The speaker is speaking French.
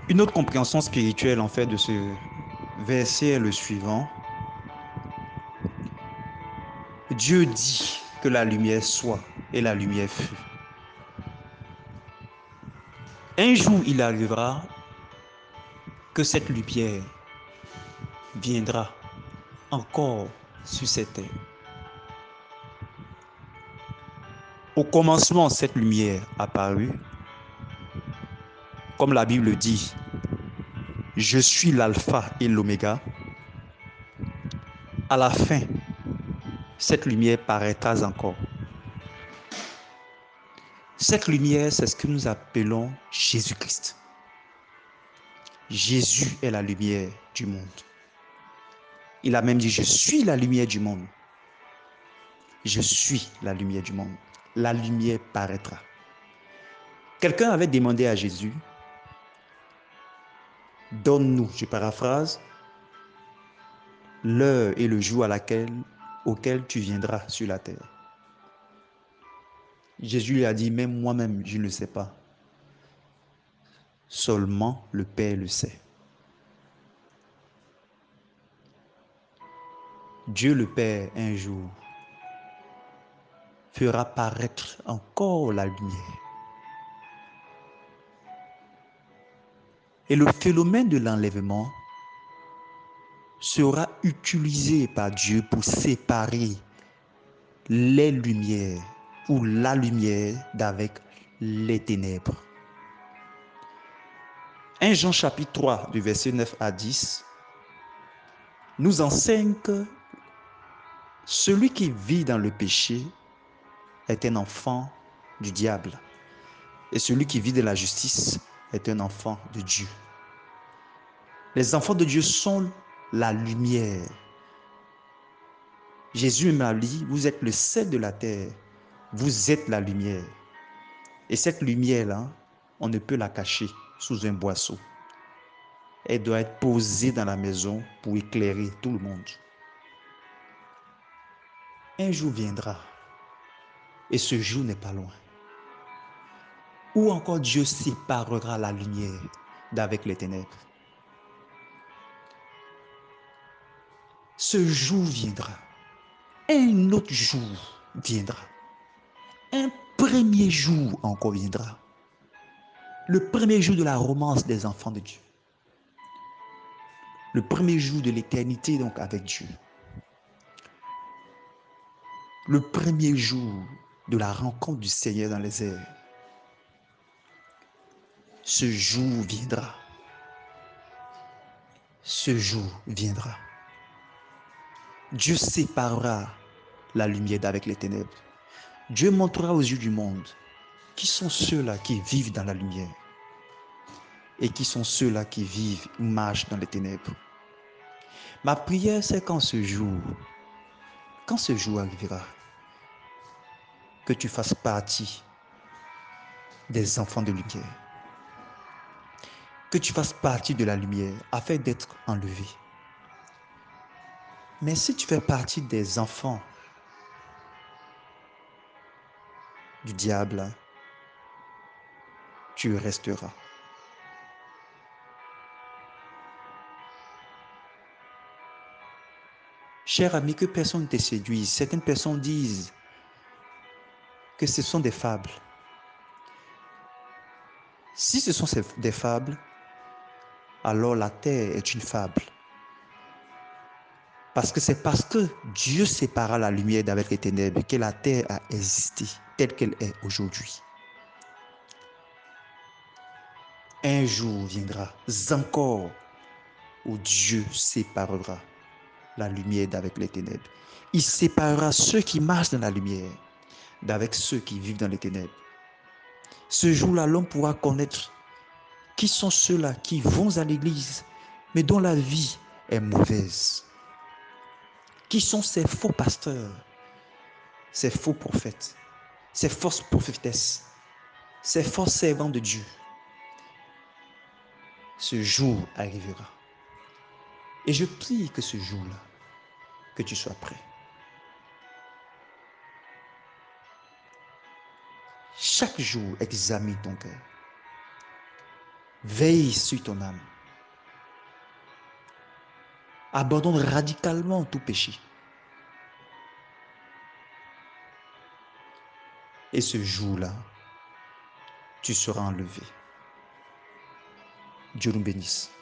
Une autre compréhension spirituelle en fait de ce verset est le suivant. Dieu dit que la lumière soit et la lumière fut. Un jour, il arrivera que cette lumière viendra encore sur cette terre. Au commencement, cette lumière apparut, comme la Bible dit, je suis l'alpha et l'oméga. À la fin, cette lumière paraîtra encore. Cette lumière, c'est ce que nous appelons Jésus-Christ. Jésus est la lumière du monde. Il a même dit, je suis la lumière du monde. Je suis la lumière du monde. La lumière paraîtra. Quelqu'un avait demandé à Jésus, donne-nous, je paraphrase, l'heure et le jour auquel tu viendras sur la terre. Jésus lui a dit, même moi-même, je ne le sais pas. Seulement le Père le sait. Dieu le Père, un jour, fera paraître encore la lumière. Et le phénomène de l'enlèvement sera utilisé par Dieu pour séparer les lumières ou la lumière d'avec les ténèbres. 1 Jean chapitre 3 du verset 9 à 10 nous enseigne que celui qui vit dans le péché est un enfant du diable et celui qui vit dans la justice est un enfant de Dieu. Les enfants de Dieu sont la lumière. Jésus m'a dit, vous êtes le sel de la terre, vous êtes la lumière. Et cette lumière-là, on ne peut la cacher sous un boisseau. Elle doit être posée dans la maison pour éclairer tout le monde. Un jour viendra, et ce jour n'est pas loin, où encore Dieu séparera la lumière d'avec les ténèbres. Ce jour viendra, un autre jour viendra, un premier jour encore viendra, le premier jour de la romance des enfants de Dieu, le premier jour de l'éternité donc avec Dieu, le premier jour de la rencontre du Seigneur dans les airs. Ce jour viendra. Ce jour viendra. Dieu séparera la lumière d'avec les ténèbres. Dieu montrera aux yeux du monde qui sont ceux-là qui vivent dans la lumière et qui sont ceux-là qui vivent ou marchent dans les ténèbres. Ma prière, c'est quand ce jour arrivera, que tu fasses partie des enfants de lumière, que tu fasses partie de la lumière afin d'être enlevé. Mais si tu fais partie des enfants du diable, tu resteras. Cher ami, que personne ne te séduise. Certaines personnes disent que ce sont des fables. Si ce sont des fables, alors la terre est une fable. C'est parce que Dieu sépara la lumière d'avec les ténèbres que la terre a existé telle qu'elle est aujourd'hui. Un jour viendra encore où Dieu séparera la lumière d'avec les ténèbres. Il séparera ceux qui marchent dans la lumière d'avec ceux qui vivent dans les ténèbres. Ce jour-là, l'homme pourra connaître qui sont ceux-là qui vont à l'église, mais dont la vie est mauvaise. Qui sont ces faux pasteurs, ces faux prophètes, ces fausses prophétesses, ces faux servants de Dieu. Ce jour arrivera. Et je prie que ce jour-là, que tu sois prêt. Chaque jour, examine ton cœur. Veille sur ton âme. Abandonne radicalement tout péché. Et ce jour-là, tu seras enlevé. Dieu nous bénisse.